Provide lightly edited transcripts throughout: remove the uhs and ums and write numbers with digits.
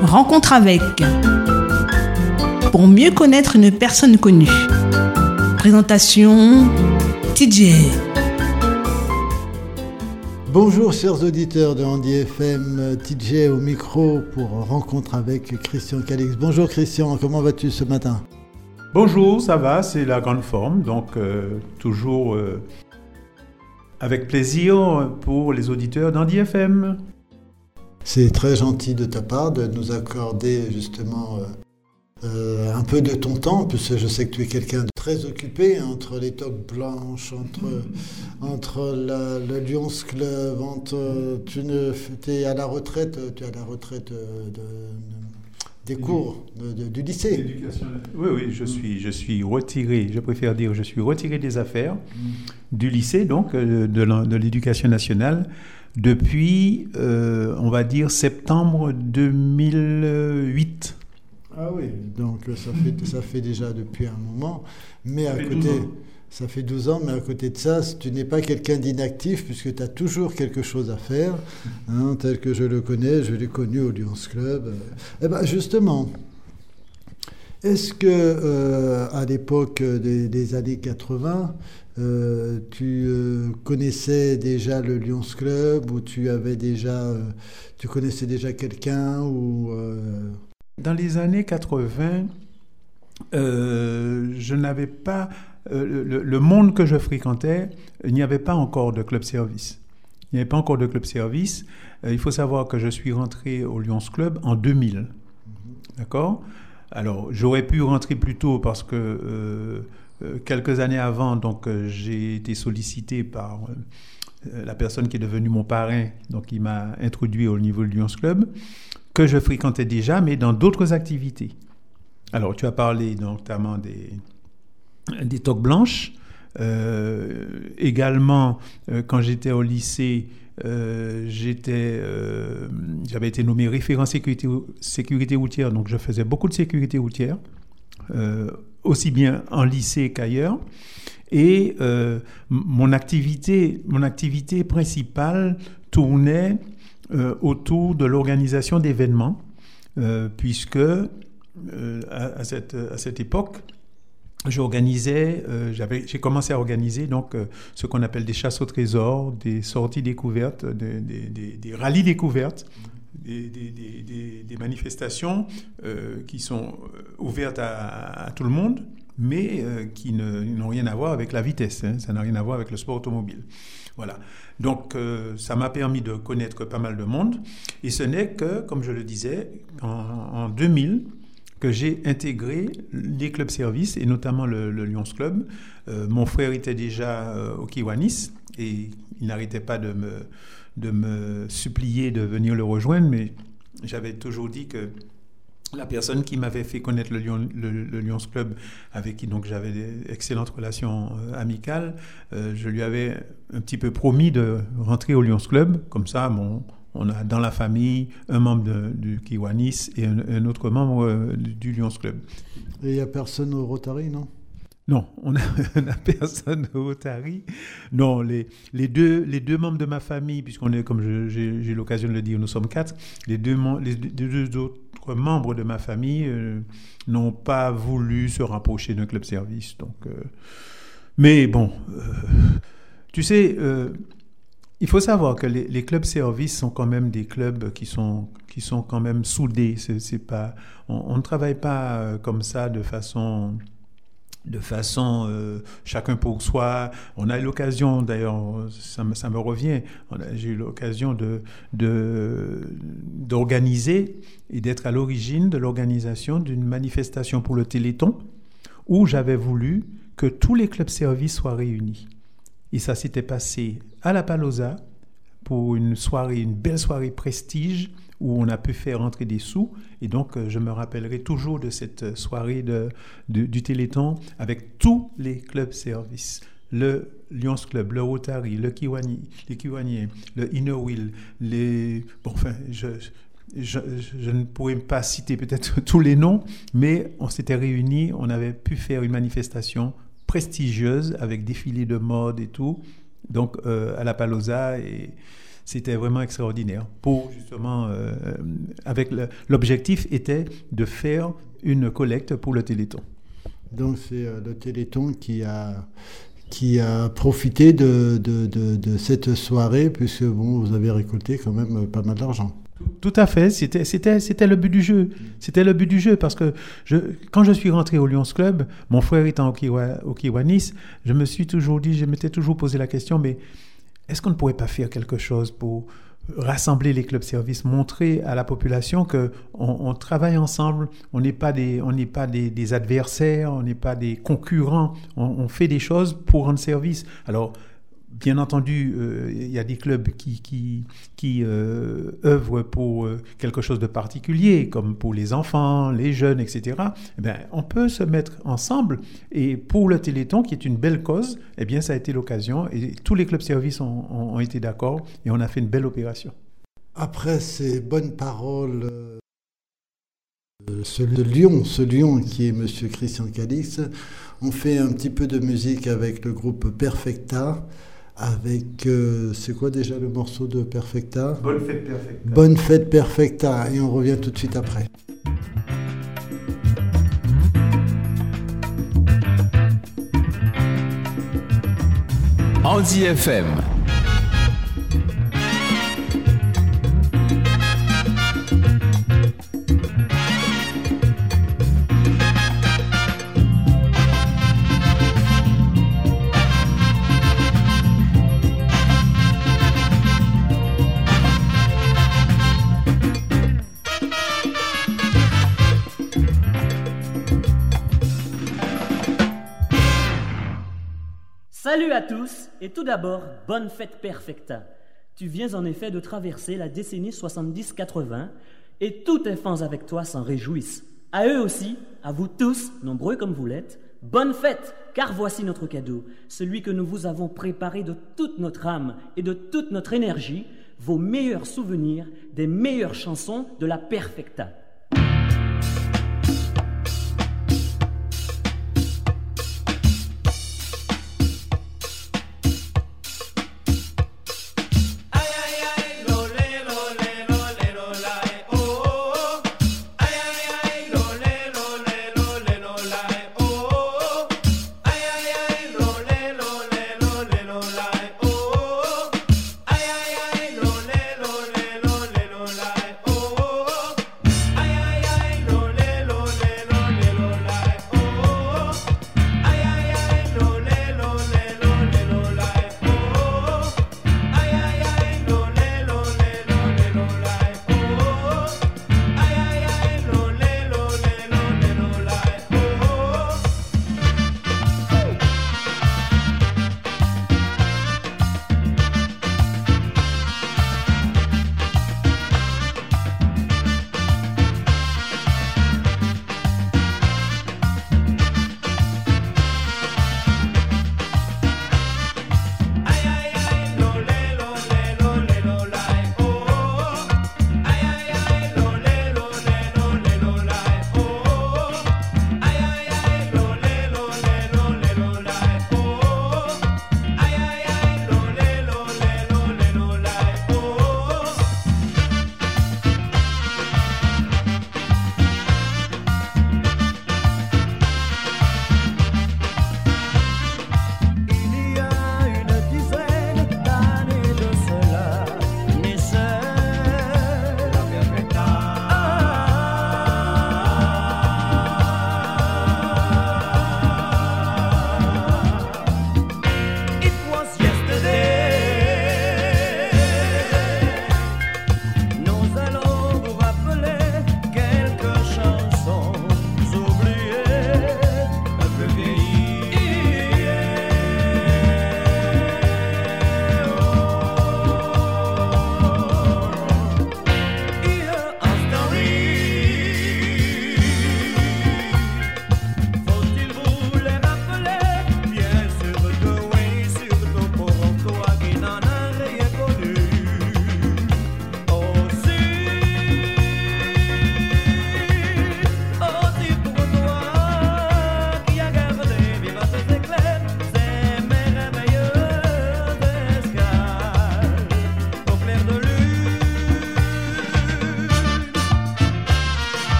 Rencontre avec. Pour mieux connaître une personne connue. Présentation TJ. Bonjour chers auditeurs de Handi FM, TJ au micro pour Rencontre avec Christian Calix. Bonjour Christian, comment vas-tu ce matin ? Bonjour, ça va, c'est la grande forme, donc toujours avec plaisir pour les auditeurs d'Handi FM. C'est très gentil de ta part de nous accorder justement un peu de ton temps, puisque je sais que tu es quelqu'un de très occupé, entre les toques blanches, entre le Lions Club, tu es à la retraite, des cours du lycée. Oui, je suis retiré, je préfère dire je suis retiré des affaires du lycée, donc de l'éducation nationale, depuis, on va dire, septembre 2008. Ah oui, donc ça fait déjà depuis un moment, mais à côté, ça fait 12 ans, mais à côté de ça, tu n'es pas quelqu'un d'inactif puisque tu as toujours quelque chose à faire, tel que je le connais, je l'ai connu au Lions Club. Eh ben justement, est-ce que à l'époque des années 80, tu connaissais déjà le Lions Club ou tu connaissais déjà quelqu'un ou Dans les années 80, je n'avais pas le monde que je fréquentais, il n'y avait pas encore de club service. Il n'y avait pas encore de club service. Il faut savoir que je suis rentré au Lions Club en 2000. D'accord ? Alors, j'aurais pu rentrer plus tôt parce que quelques années avant, donc, j'ai été sollicité par la personne qui est devenue mon parrain, donc il m'a introduit au niveau du Lions Club, que je fréquentais déjà, mais dans d'autres activités. Alors, tu as parlé notamment des toques blanches. Également, quand j'étais au lycée, j'avais été nommé référent sécurité routière, donc je faisais beaucoup de sécurité routière, aussi bien en lycée qu'ailleurs. Et mon activité principale tournait autour de l'organisation d'événements, puisque à cette époque, j'ai commencé à organiser donc ce qu'on appelle des chasses au trésor, des sorties découvertes, des rallyes découvertes, des manifestations qui sont ouvertes à tout le monde, mais qui n'ont rien à voir avec la vitesse, ça n'a rien à voir avec le sport automobile. Voilà. Donc, ça m'a permis de connaître pas mal de monde. Et ce n'est que, comme je le disais, en 2000, que j'ai intégré les clubs services, et notamment le Lions Club. Mon frère était déjà au Kiwanis, et il n'arrêtait pas de me supplier de venir le rejoindre, mais j'avais toujours dit que la personne qui m'avait fait connaître le Lions Club, avec qui donc j'avais d'excellentes relations amicales, je lui avais un petit peu promis de rentrer au Lions Club. Comme ça, on a dans la famille un membre du Kiwanis et un autre membre du Lions Club. Et il n'y a personne au Rotary, non ? Non, on n'a personne au Rotary. Non, les deux membres de ma famille, puisqu'on est, comme j'ai l'occasion de le dire, nous sommes 4, les deux autres membres de ma famille n'ont pas voulu se rapprocher d'un club service. Donc, mais bon, tu sais, il faut savoir que les clubs services sont quand même des clubs qui sont quand même soudés. C'est pas, on ne travaille pas comme ça de façon chacun pour soi. On a eu l'occasion, d'ailleurs, ça me revient, j'ai eu l'occasion d'organiser et d'être à l'origine de l'organisation d'une manifestation pour le Téléthon où j'avais voulu que tous les clubs services soient réunis. Et ça s'était passé à la Palosa pour une belle soirée prestige où on a pu faire rentrer des sous. Et donc, je me rappellerai toujours de cette soirée du Téléthon avec tous les clubs services. Le Lions Club, le Rotary, les Kiwaniens, le Inner Wheel, je ne pourrais pas citer peut-être tous les noms, mais on s'était réunis, on avait pu faire une manifestation prestigieuse avec défilé de mode et tout, donc à la Palosa, et c'était vraiment extraordinaire. Pour justement, l'objectif était de faire une collecte pour le Téléthon. Donc c'est le Téléthon qui a profité de cette soirée, puisque vous avez récolté quand même pas mal d'argent. Tout à fait, c'était le but du jeu. C'était le but du jeu parce que quand je suis rentré au Lions Club, mon frère étant au Kiwanis, je m'étais toujours posé la question, mais est-ce qu'on ne pourrait pas faire quelque chose pour rassembler les clubs-services, montrer à la population qu'on travaille ensemble, on n'est pas des adversaires, on n'est pas des concurrents, on fait des choses pour rendre service. Alors, bien entendu, il y a des clubs qui œuvrent pour quelque chose de particulier, comme pour les enfants, les jeunes, etc. Eh bien, on peut se mettre ensemble. Et pour le Téléthon, qui est une belle cause, eh bien, ça a été l'occasion. Et tous les clubs-services ont été d'accord et on a fait une belle opération. Après ces bonnes paroles, ce lion qui est M. Christian Calix, on fait un petit peu de musique avec le groupe Perfecta. Avec, c'est quoi déjà le morceau de Perfecta ? Bonne fête Perfecta. Bonne fête Perfecta. Et on revient tout de suite après. Andy FM. Salut à tous, et tout d'abord, bonne fête Perfecta. Tu viens en effet de traverser la décennie 70-80, et tous tes fans avec toi s'en réjouissent. À eux aussi, à vous tous, nombreux comme vous l'êtes, bonne fête, car voici notre cadeau, celui que nous vous avons préparé de toute notre âme et de toute notre énergie, vos meilleurs souvenirs des meilleures chansons de la Perfecta. Ay,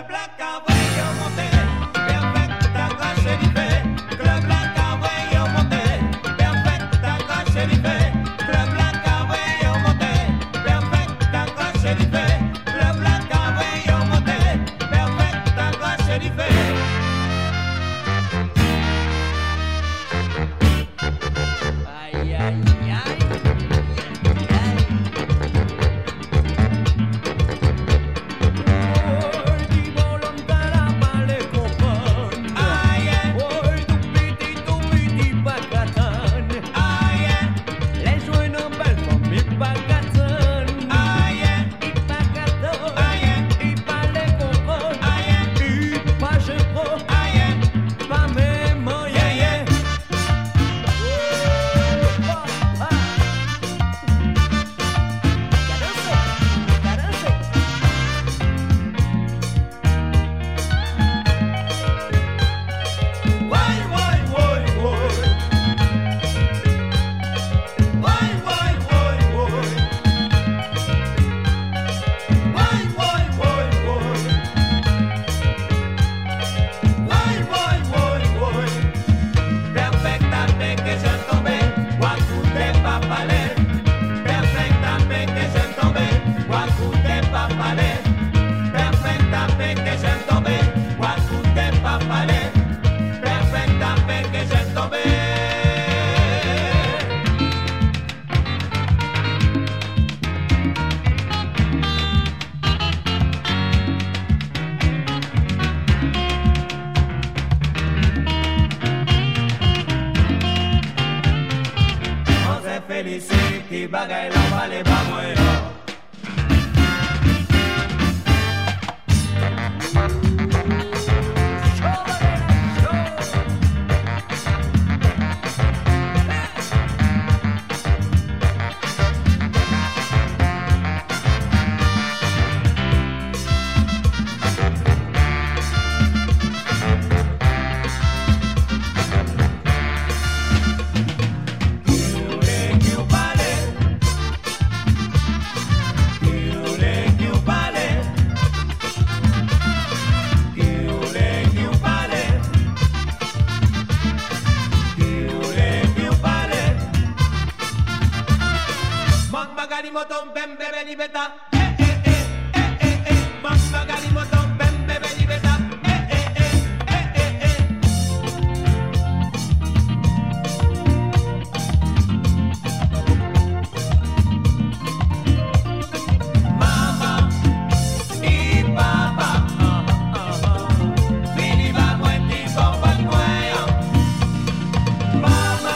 Felicity bagay la vale pa muero.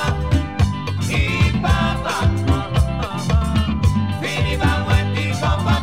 Fini va,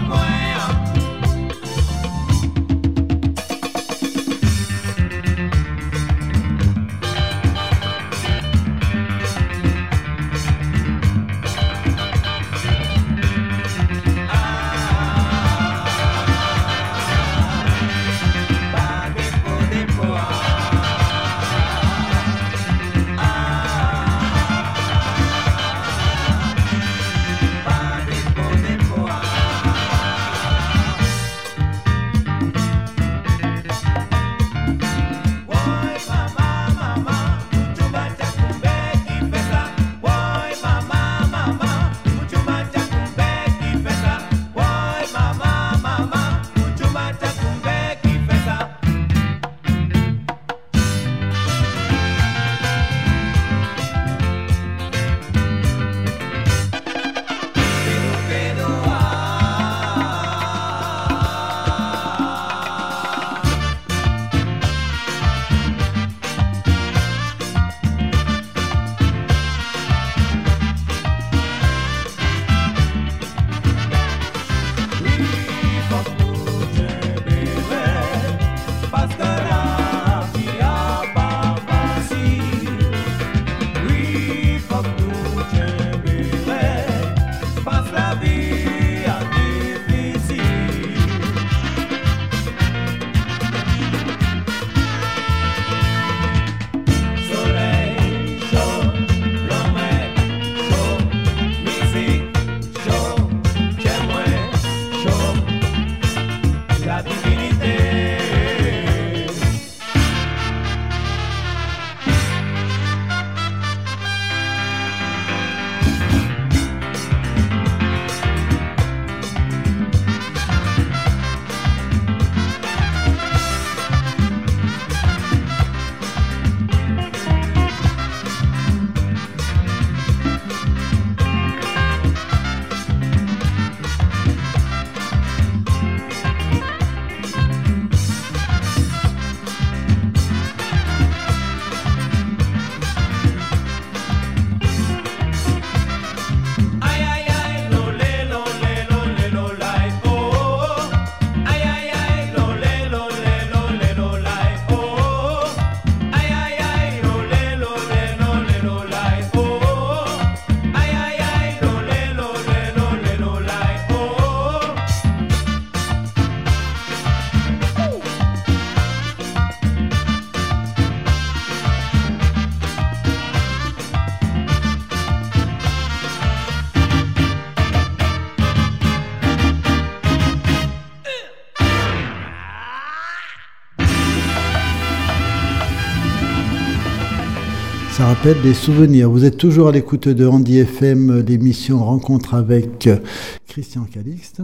Ça rappelle des souvenirs. Vous êtes toujours à l'écoute de Andy FM, l'émission Rencontre avec Christian Calixte.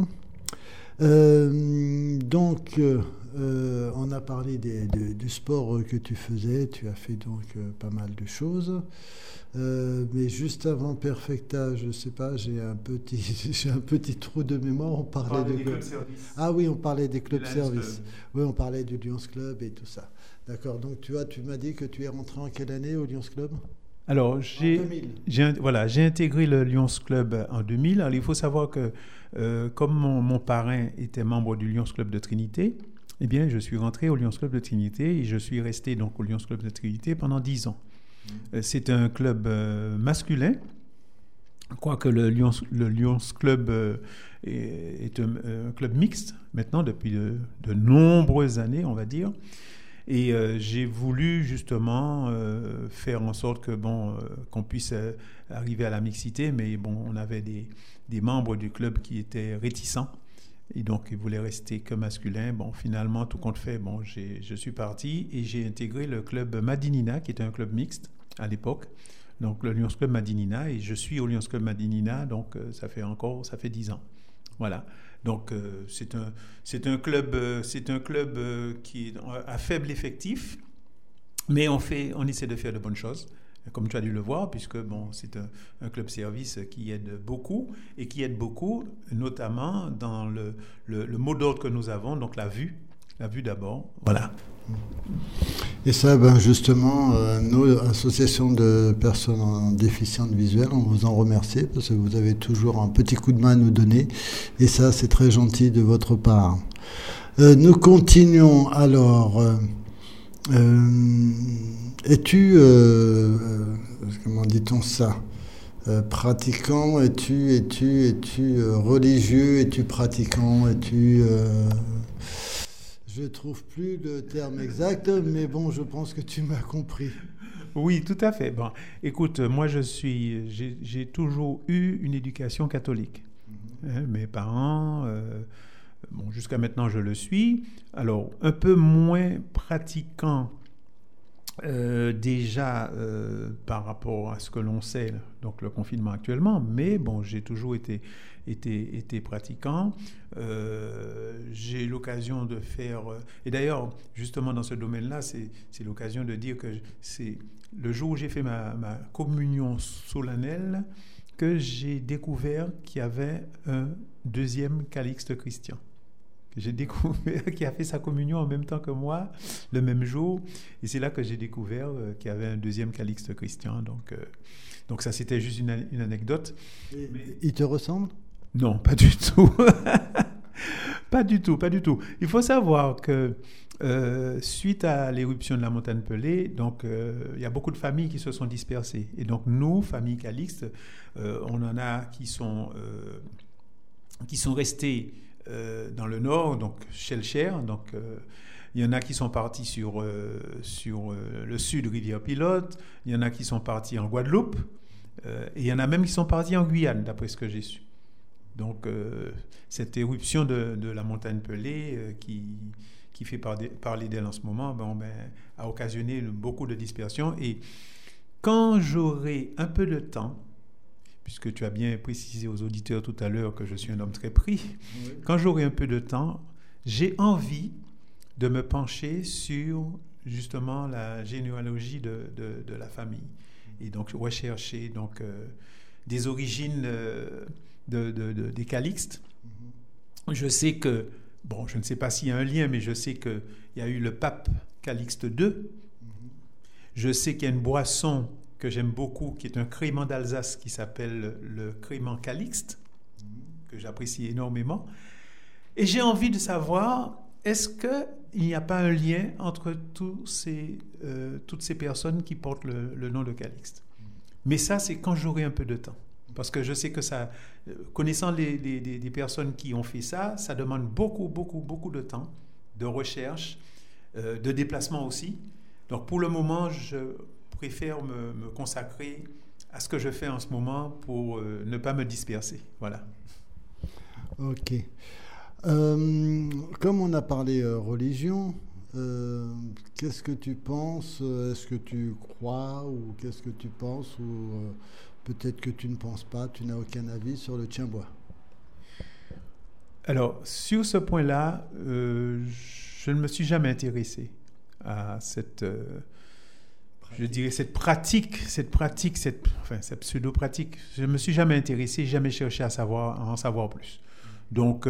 On a parlé du sport que tu faisais. Tu as fait donc pas mal de choses. Mais juste avant Perfecta, je ne sais pas, j'ai un petit trou de mémoire. On parlait des clubs services. Ah oui, on parlait des clubs services. Oui, on parlait du Lions Club et tout ça. D'accord, donc tu m'as dit que tu es rentré en quelle année au Lions Club ? Alors, j'ai intégré le Lions Club en 2000. Alors, il faut savoir que comme mon parrain était membre du Lions Club de Trinité, eh bien, je suis rentré au Lions Club de Trinité et je suis resté donc au Lions Club de Trinité pendant 10 ans. C'est un club masculin, quoique le Lions Club est un club mixte maintenant depuis de nombreuses années, on va dire. Et j'ai voulu justement faire en sorte que qu'on puisse arriver à la mixité, mais on avait des membres du club qui étaient réticents et donc ils voulaient rester que masculins. Finalement, tout compte fait, je suis parti et j'ai intégré le club Madinina, qui était un club mixte à l'époque. Donc le Lions Club Madinina, et je suis au Lions Club Madinina, donc ça fait 10 ans. Voilà. Donc c'est un club qui est à faible effectif, mais on essaie de faire de bonnes choses, comme tu as dû le voir, puisque c'est un club service qui aide beaucoup, et qui aide beaucoup notamment dans le mot d'ordre que nous avons, donc la vue d'abord. Voilà. Et ça, justement, nous, association de personnes déficientes visuelles, on vous en remercie parce que vous avez toujours un petit coup de main à nous donner et ça, c'est très gentil de votre part. Nous continuons alors. Es-tu, comment dit-on ça, pratiquant, es-tu religieux, es-tu pratiquant, es-tu... Je ne trouve plus le terme exact, mais je pense que tu m'as compris. Oui, tout à fait. Écoute, moi, j'ai toujours eu une éducation catholique. Mes parents, jusqu'à maintenant, je le suis. Alors, un peu moins pratiquant déjà par rapport à ce que l'on sait, donc le confinement actuellement, mais j'ai toujours été pratiquant. J'ai l'occasion de faire... et d'ailleurs, justement, dans ce domaine-là, c'est l'occasion de dire que c'est le jour où j'ai fait ma communion solennelle que j'ai découvert qu'il y avait un deuxième Calixte Christian. J'ai découvert qui a fait sa communion en même temps que moi, le même jour. Et c'est là que j'ai découvert qu'il y avait un deuxième Calixte Christian. Donc ça, c'était juste une anecdote. Mais... Il te ressemble ? Non, pas du tout. Pas du tout. Il faut savoir que suite à l'éruption de la montagne Pelée, donc il y a beaucoup de familles qui se sont dispersées. Et donc nous, famille Calixte, on en a qui sont restés dans le nord, donc Shellcher. Donc il y en a qui sont partis sur le sud, Rivière-Pilote. Il y en a qui sont partis en Guadeloupe. Et il y en a même qui sont partis en Guyane, d'après ce que j'ai su. Donc, cette éruption de la montagne Pelée qui fait parler d'elle en ce moment, a occasionné beaucoup de dispersion. Et quand j'aurai un peu de temps, puisque tu as bien précisé aux auditeurs tout à l'heure que je suis un homme très pris, oui. Quand j'aurai un peu de temps, j'ai envie de me pencher sur justement la généalogie de la famille. Et donc, rechercher des origines... des Calixtes. Je sais que, je ne sais pas s'il y a un lien, mais je sais qu'il y a eu le pape Calixte II. Je sais qu'il y a une boisson que j'aime beaucoup, qui est un crément d'Alsace qui s'appelle le crément Calixte, que j'apprécie énormément. Et j'ai envie de savoir, est-ce qu'il n'y a pas un lien entre toutes ces personnes qui portent le nom de Calixte? Mais ça, c'est quand j'aurai un peu de temps. Parce que je sais que ça, connaissant des personnes qui ont fait ça, ça demande beaucoup de temps, de recherche, de déplacement aussi. Donc pour le moment, je préfère me consacrer à ce que je fais en ce moment pour ne pas me disperser. Voilà. Ok. Comme on a parlé religion, qu'est-ce que tu penses? Est-ce que tu crois ou qu'est-ce que tu penses? Ou peut-être que tu ne penses pas, tu n'as aucun avis sur le tiens-bois. Alors, sur ce point-là, je ne me suis jamais intéressé à cette pratique, cette pseudo-pratique. Je ne me suis jamais intéressé, jamais cherché à en savoir plus. Donc,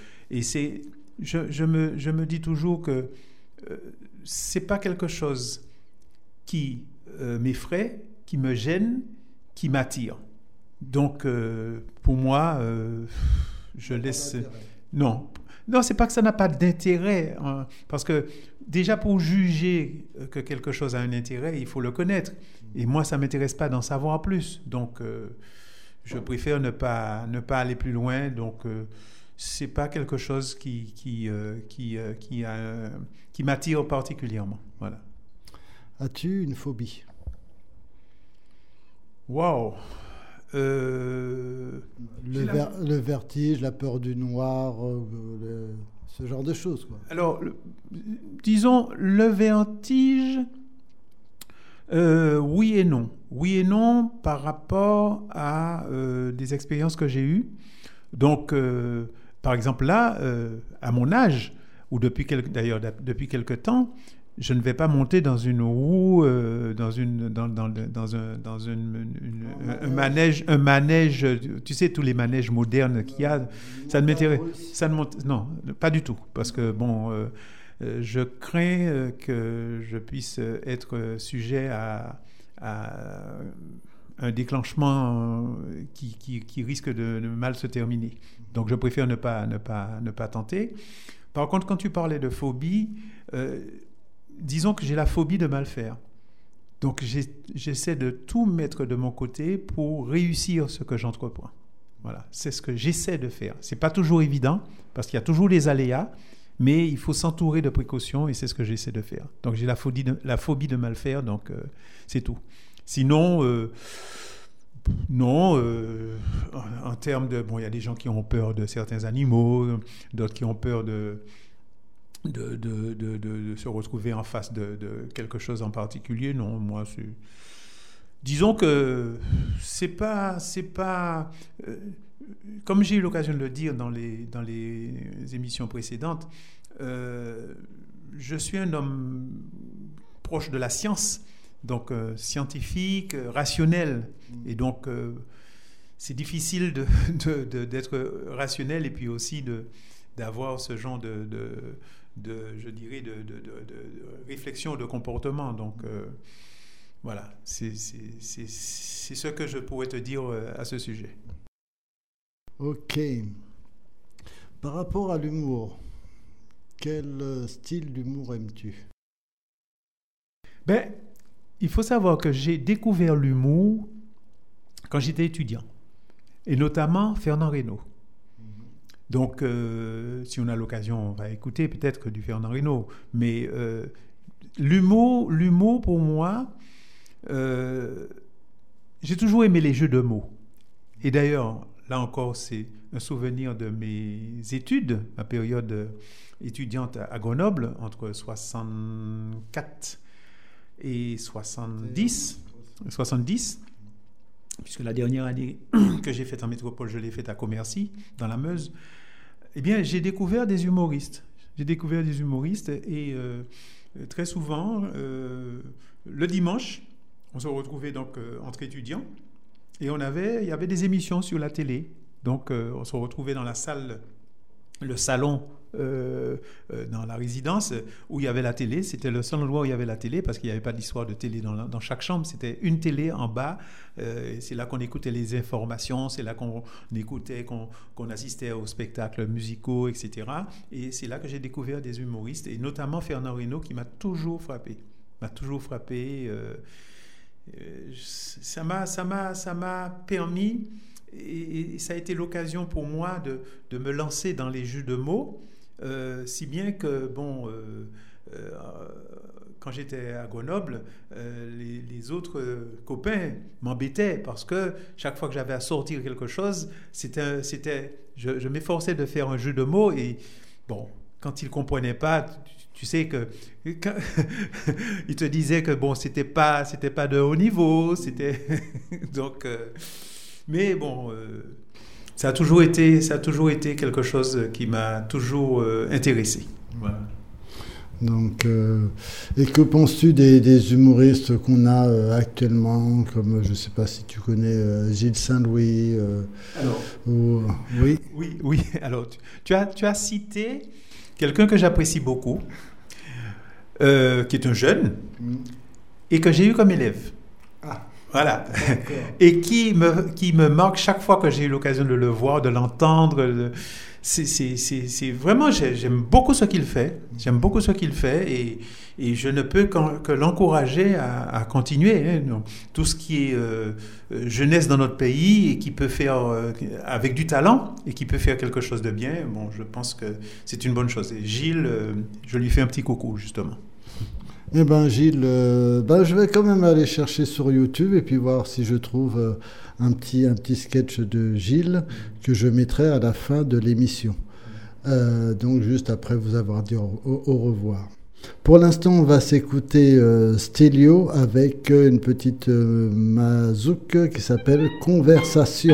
je me dis toujours que c'est pas quelque chose qui m'effraie, qui me gêne, qui m'attire. Donc, pour moi, je laisse... Non, c'est pas que ça n'a pas d'intérêt, hein, parce que déjà pour juger que quelque chose a un intérêt, il faut le connaître. Et moi, ça m'intéresse pas d'en savoir plus. Donc, je préfère ne pas aller plus loin. Donc, c'est pas quelque chose qui m'attire particulièrement. Voilà. As-tu une phobie? Wow. Le vertige, la peur du noir, ce genre de choses, quoi. Alors, disons, le vertige, oui et non. Oui et non par rapport à des expériences que j'ai eues. Donc, par exemple, là, à mon âge, ou depuis quelque temps, je ne vais pas monter dans une roue, dans un manège, tu sais, tous les manèges modernes qu'il y a. Ça ne m'intéresse. Non, pas du tout. Parce que, je crains que je puisse être sujet à un déclenchement qui risque de mal se terminer. Donc, je préfère ne pas tenter. Par contre, quand tu parlais de phobie, disons que j'ai la phobie de mal faire. Donc, j'essaie de tout mettre de mon côté pour réussir ce que j'entreprends. Voilà, c'est ce que j'essaie de faire. Ce n'est pas toujours évident, parce qu'il y a toujours des aléas, mais il faut s'entourer de précautions, et c'est ce que j'essaie de faire. Donc, j'ai la phobie de mal faire, donc c'est tout. Sinon, non, en termes de... Bon, il y a des gens qui ont peur de certains animaux, d'autres qui ont peur de se retrouver en face de quelque chose en particulier. Non, moi, disons que c'est pas comme j'ai eu l'occasion de le dire dans les émissions précédentes, je suis un homme proche de la science, donc scientifique, rationnel, et donc c'est difficile d'être rationnel et puis aussi d'avoir ce genre de réflexion, de comportement. Donc, voilà, c'est ce que je pourrais te dire à ce sujet. Ok. Par rapport à l'humour, quel style d'humour aimes-tu? Il faut savoir que j'ai découvert l'humour quand j'étais étudiant, et notamment Fernand Reynaud. Donc, si on a l'occasion, on va écouter peut-être du Fernand Reynaud. Mais l'humour, pour moi, j'ai toujours aimé les jeux de mots. Et d'ailleurs, là encore, c'est un souvenir de mes études, ma période étudiante à Grenoble, entre 64 et 70, puisque la dernière année que j'ai faite en métropole, je l'ai faite à Commercy, dans la Meuse. Eh bien, j'ai découvert des humoristes. Et très souvent, le dimanche, on se retrouvait donc entre étudiants et il y avait des émissions sur la télé. Donc, on se retrouvait dans la salle, le salon dans la résidence où il y avait la télé. C'était le seul endroit où il y avait la télé parce qu'il n'y avait pas d'histoire de télé dans chaque chambre. C'était une télé en bas. C'est là qu'on écoutait les informations, c'est là qu'on écoutait, qu'on assistait aux spectacles musicaux, etc. Et c'est là que j'ai découvert des humoristes, et notamment Fernand Reynaud, qui m'a toujours frappé. Ça m'a permis, et ça a été l'occasion pour moi de me lancer dans les jeux de mots, si bien que, quand j'étais à Grenoble, les autres copains m'embêtaient parce que chaque fois que j'avais à sortir quelque chose, je m'efforçais de faire un jeu de mots, et bon, quand ils ne comprenaient pas, tu sais que quand il te disait que bon, c'était pas de haut niveau, c'était donc. Mais bon, ça a toujours été quelque chose qui m'a toujours intéressé. Voilà. Donc, et que penses-tu des humoristes qu'on a actuellement, comme je ne sais pas si tu connais Gilles Saint-Louis Oui. Alors, tu as cité quelqu'un que j'apprécie beaucoup, qui est un jeune et que j'ai eu comme élève. Ah. Voilà. Et qui me marque chaque fois que j'ai eu l'occasion de le voir, de l'entendre. C'est vraiment, j'aime beaucoup ce qu'il fait. Et je ne peux que l'encourager à continuer. Hein. Donc, tout ce qui est jeunesse dans notre pays et qui peut faire avec du talent et qui peut faire quelque chose de bien, bon, je pense que c'est une bonne chose. Et Gilles, je lui fais un petit coucou, justement. Eh bien, Gilles, je vais quand même aller chercher sur YouTube et puis voir si je trouve un petit sketch de Gilles que je mettrai à la fin de l'émission. Donc, juste après vous avoir dit au revoir. Pour l'instant, on va s'écouter Stelio avec une petite mazouk qui s'appelle Conversation.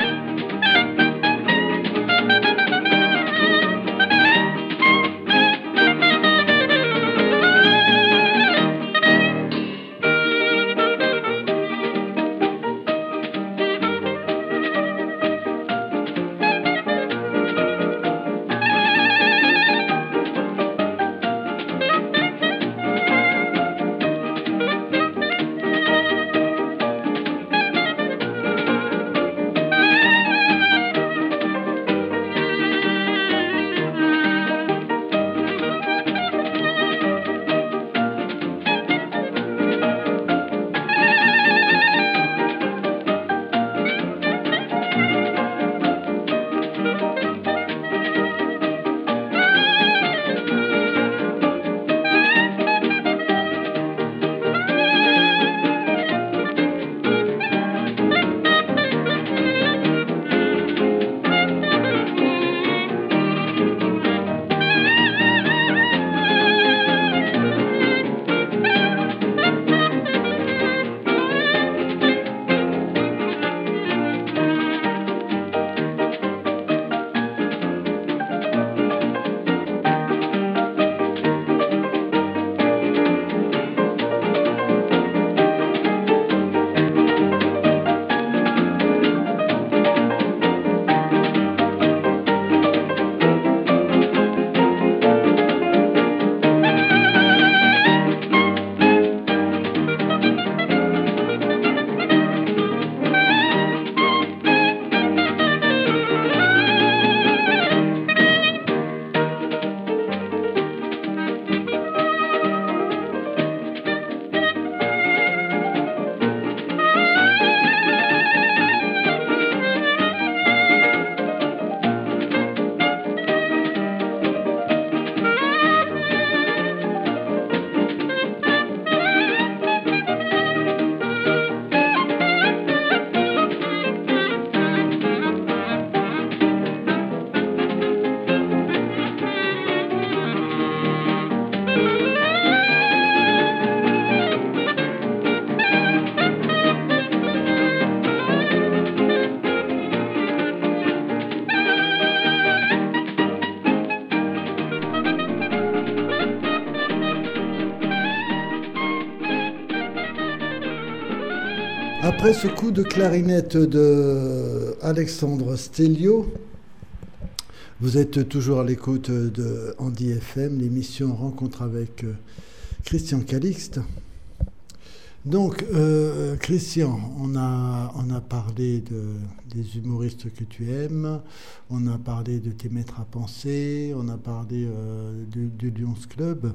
Après ce coup de clarinette de Alexandre Stelio, vous êtes toujours à l'écoute de Andy FM, l'émission Rencontre avec Christian Calixte. Donc, Christian, on a parlé des humoristes que tu aimes, on a parlé de tes maîtres à penser, on a parlé du Lions Club.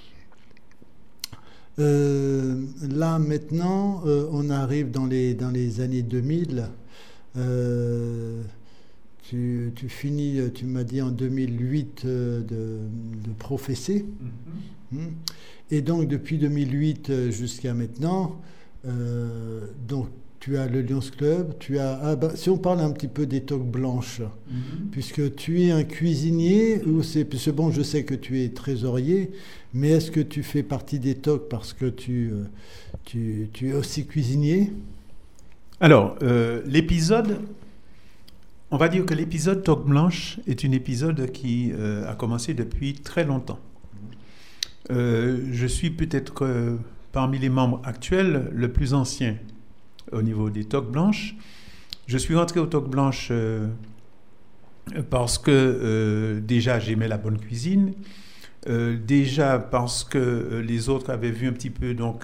Là, maintenant, on arrive dans les années 2000. Tu finis, tu m'as dit en 2008 de professer. Et donc, depuis 2008 jusqu'à maintenant, donc tu as le Lions Club, tu as... si on parle un petit peu des toques blanches, puisque tu es un cuisinier, ou c'est bon, je sais que tu es trésorier, mais est-ce que tu fais partie des toques parce que tu es aussi cuisinier? Alors, l'épisode... On va dire que l'épisode Toque Blanche est un épisode qui a commencé depuis très longtemps. Je suis peut-être parmi les membres actuels le plus ancien au niveau des Toques Blanches. Je suis rentré aux Toques Blanches parce que déjà j'aimais la bonne cuisine, déjà parce que les autres avaient vu un petit peu donc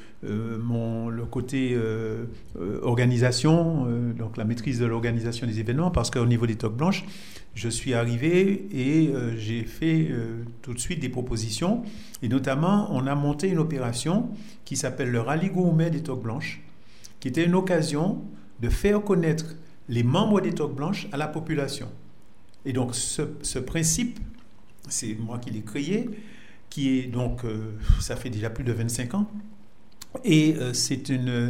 le côté organisation, donc la maîtrise de l'organisation des événements, parce qu'au niveau des Toques Blanches, je suis arrivé et j'ai fait tout de suite des propositions, et notamment on a monté une opération qui s'appelle le Rallye Gourmet des Toques Blanches, qui était une occasion de faire connaître les membres des Toques Blanches à la population. Et donc ce principe, c'est moi qui l'ai créé, qui est donc, ça fait déjà plus de 25 ans, et c'est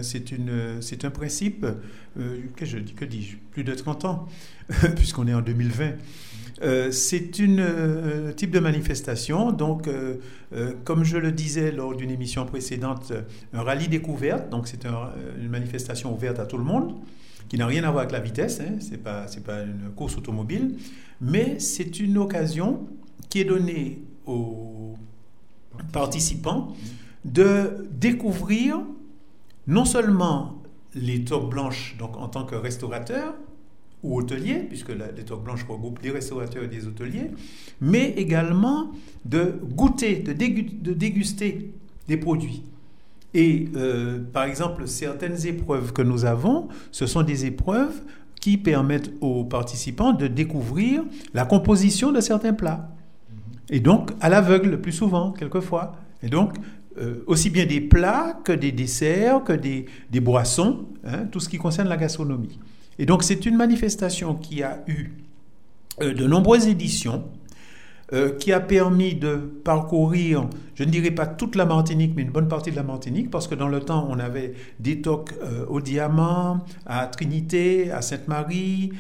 un principe, que dis-je, plus de 30 ans, puisqu'on est en 2020. C'est un type de manifestation, donc comme je le disais lors d'une émission précédente, un rallye découverte, donc c'est une manifestation ouverte à tout le monde, qui n'a rien à voir avec la vitesse, hein, c'est pas une course automobile, mais c'est une occasion qui est donnée aux participants de découvrir non seulement les toques blanches donc en tant que restaurateur ou hôtelier, puisque les toques blanches regroupent des restaurateurs et des hôteliers, mais également de goûter, de déguster des produits. Et par exemple, certaines épreuves que nous avons, ce sont des épreuves qui permettent aux participants de découvrir la composition de certains plats. Et donc, à l'aveugle, le plus souvent, quelquefois. Et donc, aussi bien des plats que des desserts, que des boissons, hein, tout ce qui concerne la gastronomie. Et donc, c'est une manifestation qui a eu de nombreuses éditions, qui a permis de parcourir, je ne dirais pas toute la Martinique, mais une bonne partie de la Martinique, parce que dans le temps, on avait des toques au Diamant, à Trinité, à Sainte-Marie,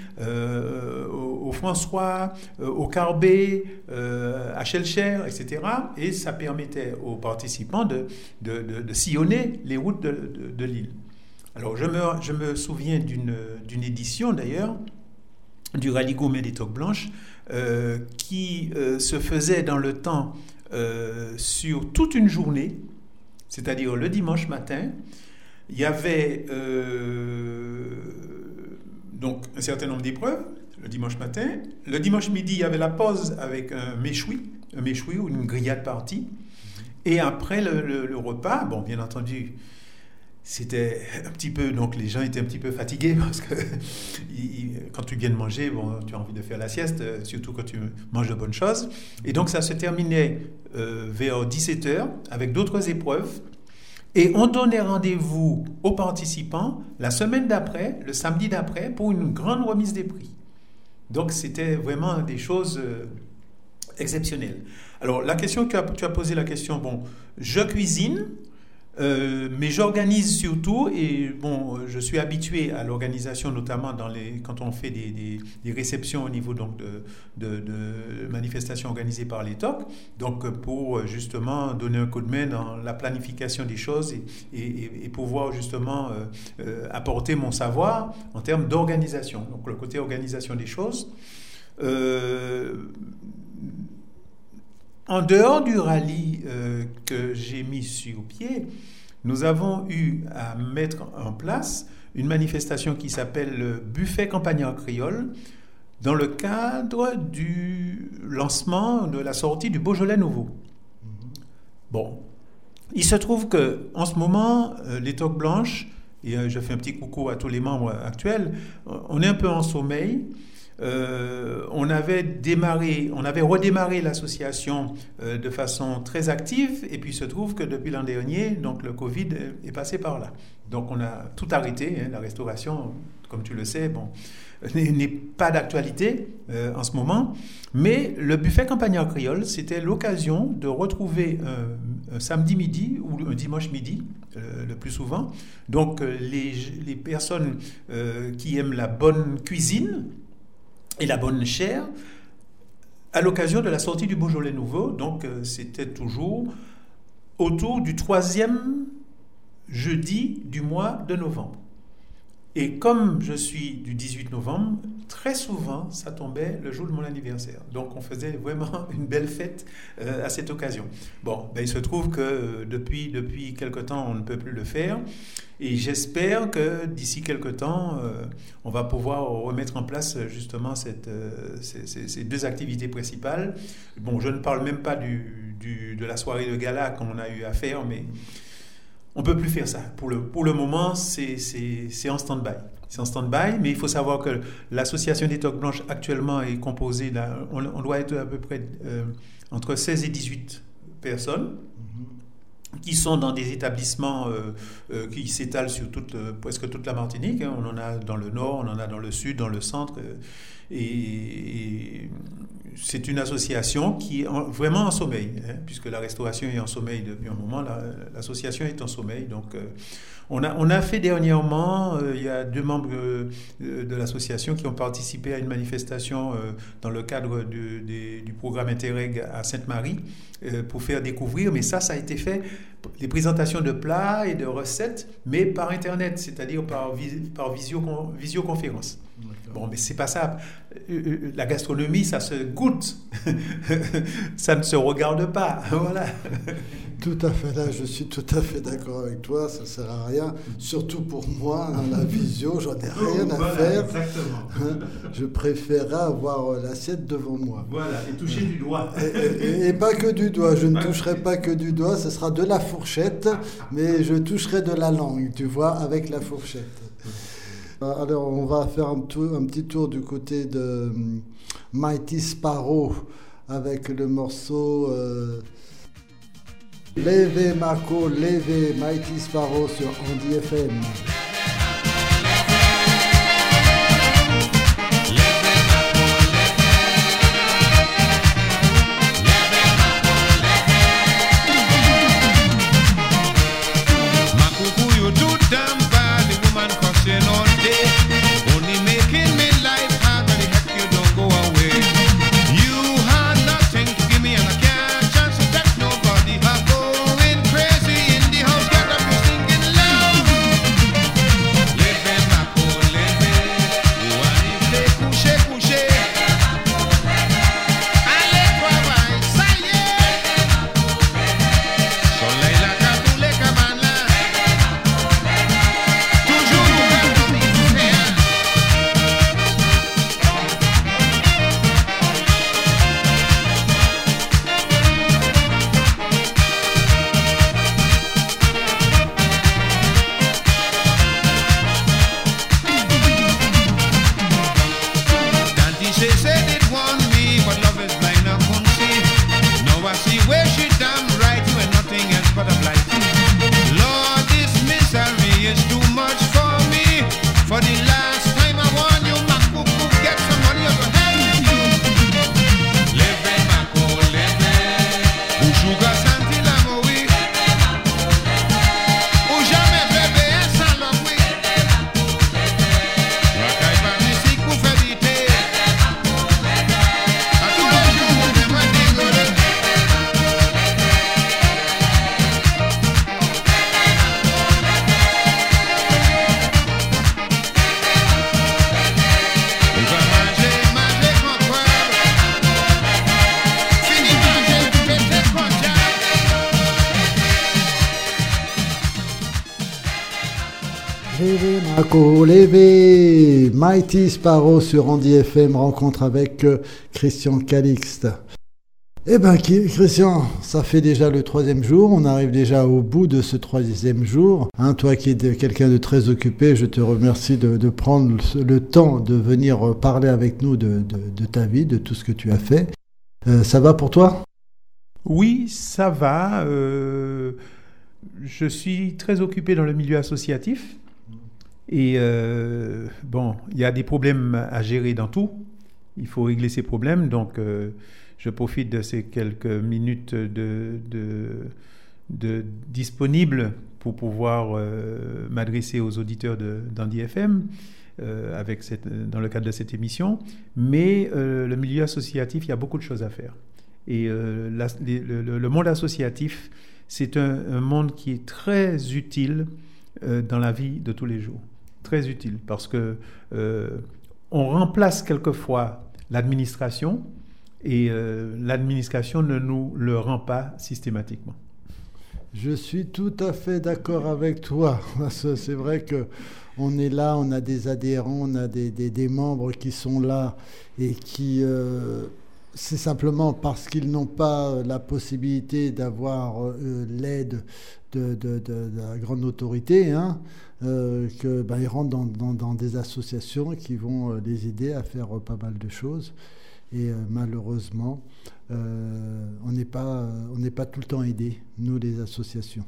au François, au Carbet, à Chelcher, etc. Et ça permettait aux participants de sillonner les routes de l'île. Alors, je me souviens d'une édition, d'ailleurs, du Rallye Gourmet des Toques Blanches, qui se faisait dans le temps sur toute une journée, c'est-à-dire le dimanche matin. Il y avait donc un certain nombre d'épreuves le dimanche matin. Le dimanche midi, il y avait la pause avec un méchoui ou une grillade partie. Et après le repas, bon, bien entendu, c'était un petit peu, donc les gens étaient un petit peu fatigués parce que quand tu viens de manger, bon, tu as envie de faire la sieste, surtout quand tu manges de bonnes choses. Et donc ça se terminait vers 17h avec d'autres épreuves. Et on donnait rendez-vous aux participants la semaine d'après, le samedi d'après, pour une grande remise des prix. Donc c'était vraiment des choses exceptionnelles. Alors la question que tu as posé, la question, bon, je cuisine, mais j'organise surtout, et bon, je suis habitué à l'organisation, notamment quand on fait des réceptions au niveau donc de manifestations organisées par les TOC, donc pour justement donner un coup de main dans la planification des choses et pouvoir justement apporter mon savoir en termes d'organisation, donc le côté organisation des choses. En dehors du rallye que j'ai mis sur pied, nous avons eu à mettre en place une manifestation qui s'appelle le Buffet Campagnard Créole dans le cadre du lancement de la sortie du Beaujolais Nouveau. Bon, il se trouve qu'en ce moment, les Toques Blanches, et je fais un petit coucou à tous les membres actuels, on est un peu en sommeil, on avait redémarré l'association de façon très active, et puis il se trouve que depuis l'an dernier, donc le Covid est passé par là. Donc on a tout arrêté, la restauration, comme tu le sais, n'est pas d'actualité en ce moment, mais le buffet Campagnard Créole, c'était l'occasion de retrouver un samedi midi ou un dimanche midi, le plus souvent, donc les personnes qui aiment la bonne cuisine et la bonne chair, à l'occasion de la sortie du Beaujolais Nouveau. Donc c'était toujours autour du 3e jeudi du mois de novembre. Et comme je suis du 18 novembre, très souvent, ça tombait le jour de mon anniversaire. Donc, on faisait vraiment une belle fête à cette occasion. Bon, il se trouve que depuis quelque temps, on ne peut plus le faire. Et j'espère que d'ici quelque temps, on va pouvoir remettre en place justement ces deux activités principales. Bon, je ne parle même pas de la soirée de gala qu'on a eu à faire, mais on ne peut plus faire ça. Pour le moment, c'est en stand-by. C'est en stand-by, mais il faut savoir que l'association des Toques Blanches actuellement est composée, on doit être à peu près entre 16 et 18 personnes qui sont dans des établissements qui s'étalent sur presque toute la Martinique. On en a dans le nord, on en a dans le sud, dans le centre. Et c'est une association qui est vraiment en sommeil, puisque la restauration est en sommeil depuis un moment, l'association est en sommeil. Donc, on a fait dernièrement, il y a 2 membres de l'association qui ont participé à une manifestation dans le cadre du programme Interreg à Sainte-Marie pour faire découvrir, mais ça a été fait, les présentations de plats et de recettes, mais par Internet, c'est-à-dire par visioconférence. Bon, mais c'est pas ça. La gastronomie, ça se goûte. Ça ne se regarde pas. Voilà. Tout à fait, là, je suis tout à fait d'accord avec toi. Ça ne sert à rien. Surtout pour moi, la visio, j'en ai rien à faire. Exactement. Je préférerais avoir l'assiette devant moi. Voilà, et toucher du doigt. Et pas que du doigt. Je ne toucherai pas que du doigt. Ce sera de la fourchette, mais je toucherai de la langue, tu vois, avec la fourchette. Alors, on va faire un petit tour du côté de Mighty Sparrow avec le morceau Levez Mako, Levez Mighty Sparrow sur Andy FM. Levé, Mighty Sparrow sur Andy FM, rencontre avec Christian Calixte. Eh bien, Christian, ça fait déjà le 3e jour. On arrive déjà au bout de ce 3e jour. Hein, toi qui es quelqu'un de très occupé, je te remercie de prendre le temps de venir parler avec nous de ta vie, de tout ce que tu as fait. Ça va pour toi ? Oui, ça va. Je suis très occupé dans le milieu associatif. Et bon, il y a des problèmes à gérer dans tout. Il faut régler ces problèmes. Donc, je profite de ces quelques minutes de disponibles pour pouvoir m'adresser aux auditeurs d'Andy FM dans le cadre de cette émission. Mais le milieu associatif, il y a beaucoup de choses à faire. Et le monde associatif, c'est un monde qui est très utile dans la vie de tous les jours. Très utile parce que on remplace quelquefois l'administration et l'administration ne nous le rend pas systématiquement. Je suis tout à fait d'accord avec toi. C'est vrai qu'on est là, on a des adhérents, on a des membres qui sont là et qui... c'est simplement parce qu'ils n'ont pas la possibilité d'avoir l'aide de la grande autorité, hein, qu'ils rentrent dans des associations qui vont les aider à faire pas mal de choses. Et malheureusement, on n'est pas tout le temps aidés, nous les associations.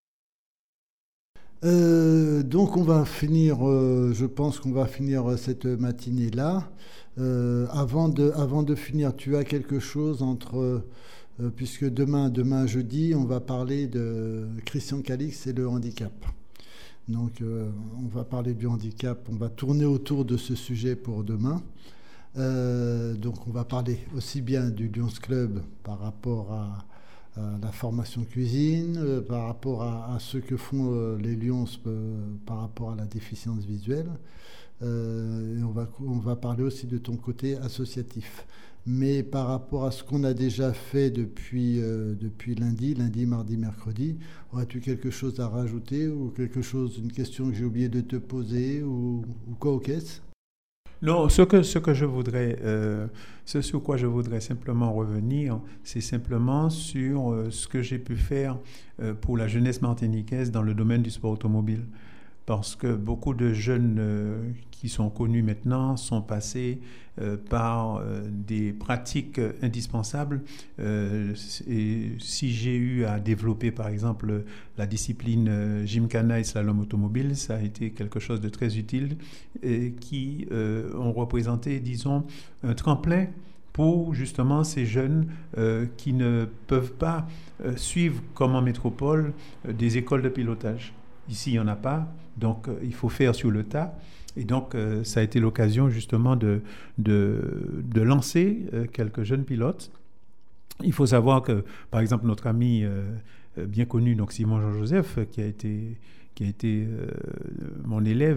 Donc on va finir, je pense qu'on va finir cette matinée-là. Avant de finir, tu as quelque chose puisque demain jeudi, on va parler de Christian Calix et le handicap. Donc on va parler du handicap, on va tourner autour de ce sujet pour demain. Donc on va parler aussi bien du Lions Club par rapport à la formation cuisine, par rapport à ce que font les Lions par rapport à la déficience visuelle. Et on va parler aussi de ton côté associatif. Mais par rapport à ce qu'on a déjà fait depuis lundi, mardi, mercredi, aurais-tu quelque chose à rajouter ou une question que j'ai oublié de te poser ou quoi au caisse ? Non, ce que je voudrais, ce sur quoi je voudrais simplement revenir, c'est simplement sur ce que j'ai pu faire pour la jeunesse martiniquaise dans le domaine du sport automobile. Parce que beaucoup de jeunes qui sont connus maintenant sont passés par des pratiques indispensables. Et si j'ai eu à développer, par exemple, la discipline Gymkhana et slalom automobile, ça a été quelque chose de très utile et qui ont représenté, disons, un tremplin pour justement ces jeunes qui ne peuvent pas suivre, comme en métropole, des écoles de pilotage. Ici, il n'y en a pas, donc il faut faire sur le tas. Et donc, ça a été l'occasion justement de lancer quelques jeunes pilotes. Il faut savoir que, par exemple, notre ami bien connu, donc Simon Jean-Joseph, qui a été mon élève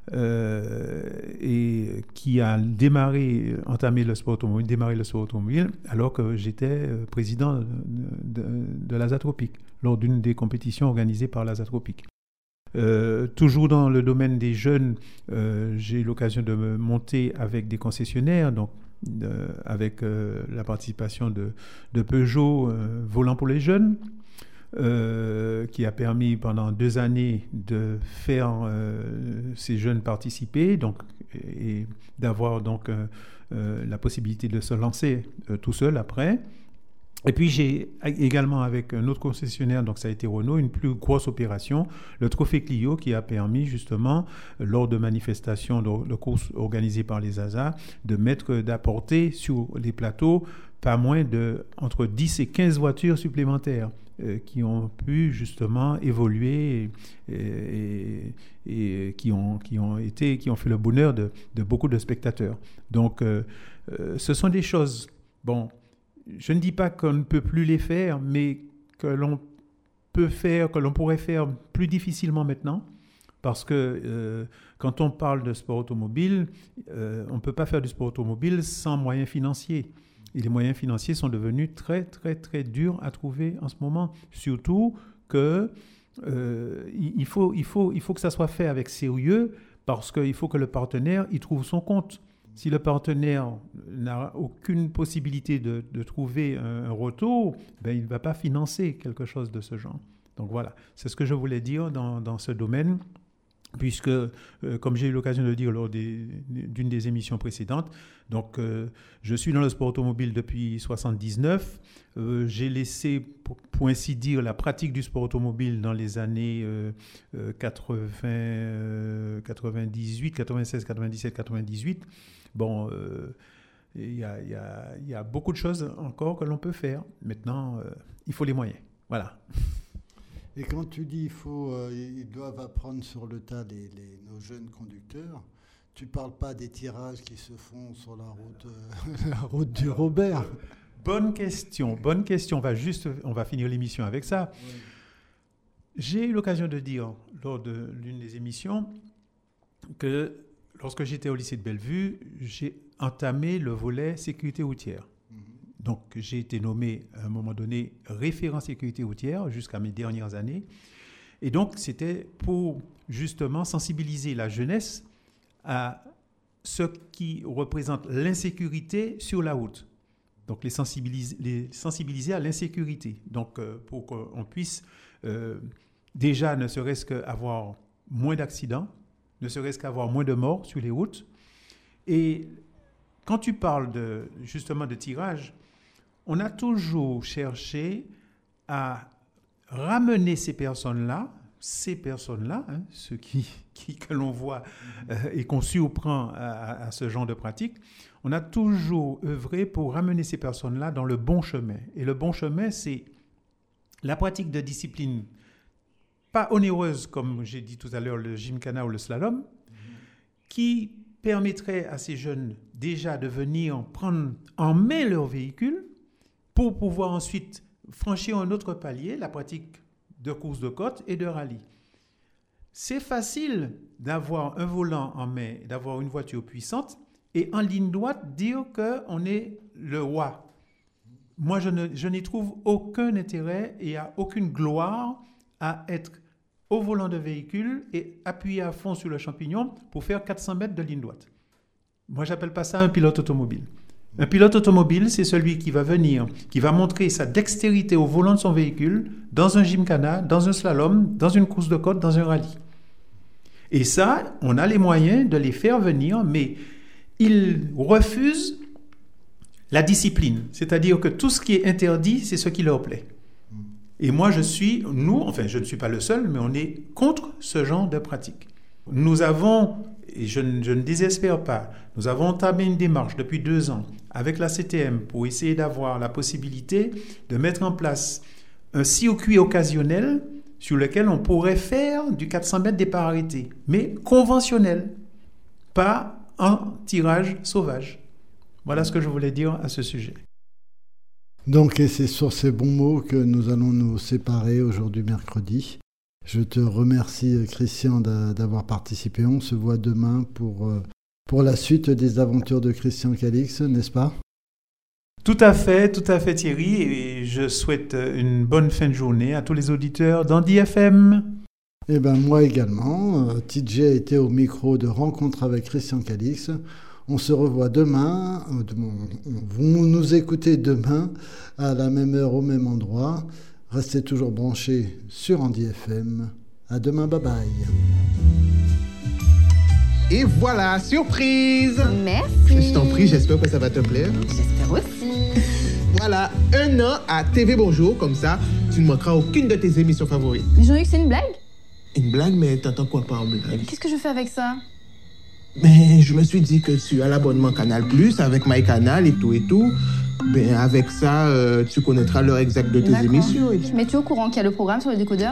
et qui a entamé le sport automobile, alors que j'étais président de l'Azatropique, lors d'une des compétitions organisées par l'Azatropique. Toujours dans le domaine des jeunes, j'ai eu l'occasion de me monter avec des concessionnaires, donc avec la participation de Peugeot, Volant pour les jeunes, qui a permis pendant 2 années de faire ces jeunes participer, donc, et d'avoir donc la possibilité de se lancer tout seul après. Et puis j'ai également avec un autre concessionnaire, donc ça a été Renault, une plus grosse opération, le Trophée Clio, qui a permis justement, lors de manifestations, de courses organisées par les ASA, d'apporter sur les plateaux pas moins entre 10 et 15 voitures supplémentaires qui ont pu justement évoluer et qui ont fait le bonheur de beaucoup de spectateurs. Donc ce sont des choses, bon, je ne dis pas qu'on ne peut plus les faire, mais que l'on pourrait faire plus difficilement maintenant, parce que quand on parle de sport automobile, on ne peut pas faire du sport automobile sans moyens financiers. Et les moyens financiers sont devenus très, très, très durs à trouver en ce moment. Surtout que il faut que ça soit fait avec sérieux, parce qu'il faut que le partenaire y trouve son compte. Si le partenaire n'a aucune possibilité de trouver un retour, il ne va pas financer quelque chose de ce genre. Donc voilà, c'est ce que je voulais dire dans ce domaine, puisque, comme j'ai eu l'occasion de le dire lors d'une des émissions précédentes, donc, je suis dans le sport automobile depuis 1979. J'ai laissé, pour ainsi dire, la pratique du sport automobile dans les années 98, 96, 97, 98. Bon, il y a beaucoup de choses encore que l'on peut faire. Maintenant, il faut les moyens. Voilà. Et quand tu dis ils doivent apprendre sur le tas nos jeunes conducteurs, tu ne parles pas des tirages qui se font sur la route du Robert. Bonne question. On va finir l'émission avec ça. Oui. J'ai eu l'occasion de dire lors de l'une des émissions que lorsque j'étais au lycée de Bellevue, j'ai entamé le volet sécurité routière. Donc, j'ai été nommé à un moment donné référent sécurité routière jusqu'à mes dernières années. Et donc, c'était pour justement sensibiliser la jeunesse à ce qui représente l'insécurité sur la route. Donc, les sensibiliser à l'insécurité. Donc, pour qu'on puisse déjà ne serait-ce qu'avoir moins d'accidents, ne serait-ce qu'avoir moins de morts sur les routes. Et quand tu parles justement de tirage, on a toujours cherché à ramener ces personnes-là, ceux que l'on voit et qu'on surprend à ce genre de pratique, on a toujours œuvré pour ramener ces personnes-là dans le bon chemin. Et le bon chemin, c'est la pratique de discipline pas onéreuse, comme j'ai dit tout à l'heure, le gymkhana ou le slalom, qui permettrait à ces jeunes déjà de venir prendre en main leur véhicule pour pouvoir ensuite franchir un autre palier, la pratique de course de côte et de rallye. C'est facile d'avoir un volant en main, d'avoir une voiture puissante et en ligne droite dire qu'on est le roi. Moi, je n'y trouve aucun intérêt et aucune gloire à être au volant de véhicule et appuyer à fond sur le champignon pour faire 400 mètres de ligne droite. Moi, je n'appelle pas ça un pilote automobile. Un pilote automobile, c'est celui qui va venir, qui va montrer sa dextérité au volant de son véhicule dans un gymkhana, dans un slalom, dans une course de côte, dans un rallye. Et ça, on a les moyens de les faire venir, mais ils refusent la discipline. C'est-à-dire que tout ce qui est interdit, c'est ce qui leur plaît. Et moi, je ne suis pas le seul, mais on est contre ce genre de pratique. Nous avons, et je ne désespère pas, nous avons entamé une démarche depuis 2 ans avec la CTM pour essayer d'avoir la possibilité de mettre en place un circuit occasionnel sur lequel on pourrait faire du 400 mètres départ arrêté, mais conventionnel, pas en tirage sauvage. Voilà ce que je voulais dire à ce sujet. Donc, et c'est sur ces bons mots que nous allons nous séparer aujourd'hui mercredi. Je te remercie, Christian, d'avoir participé. On se voit demain pour la suite des aventures de Christian Calix, n'est-ce pas ? Tout à fait Thierry, et je souhaite une bonne fin de journée à tous les auditeurs d'Andy FM. Eh bien, moi également. TJ a été au micro de Rencontre avec Christian Calix. On se revoit demain. Vous nous écoutez demain à la même heure, au même endroit. Restez toujours branchés sur Andy FM. À demain, bye bye. Et voilà, surprise! Merci! Je t'en prie, j'espère que ça va te plaire. J'espère aussi. Voilà, 1 an à TV Bonjour, comme ça, tu ne manqueras aucune de tes émissions favorites. Mais Jean-Luc, c'est une blague? Une blague, mais t'entends quoi par blague? Qu'est-ce que je fais avec ça? Mais je me suis dit que tu as l'abonnement Canal+, avec MyCanal et tout. Ben, avec ça, tu connaîtras l'heure exacte de tes émissions. Mais tu es au courant qu'il y a le programme sur le décodeur?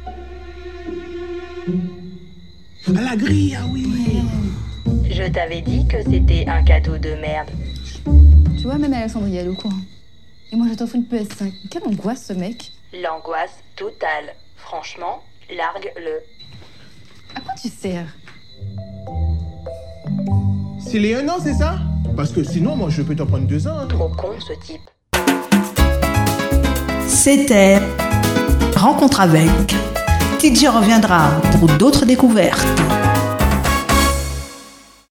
À la grille, ah oui! Je t'avais dit que c'était un cadeau de merde. Tu vois, même Alexandrie, elle est au courant. Et moi, je t'offre une PS5. Quelle angoisse, ce mec! L'angoisse totale. Franchement, largue-le. À quoi tu sers? C'est les 1 an, c'est ça? Parce que sinon, moi, je peux t'en prendre 2 ans. Hein. Trop con, ce type. C'était Rencontre avec. TJ reviendra pour d'autres découvertes.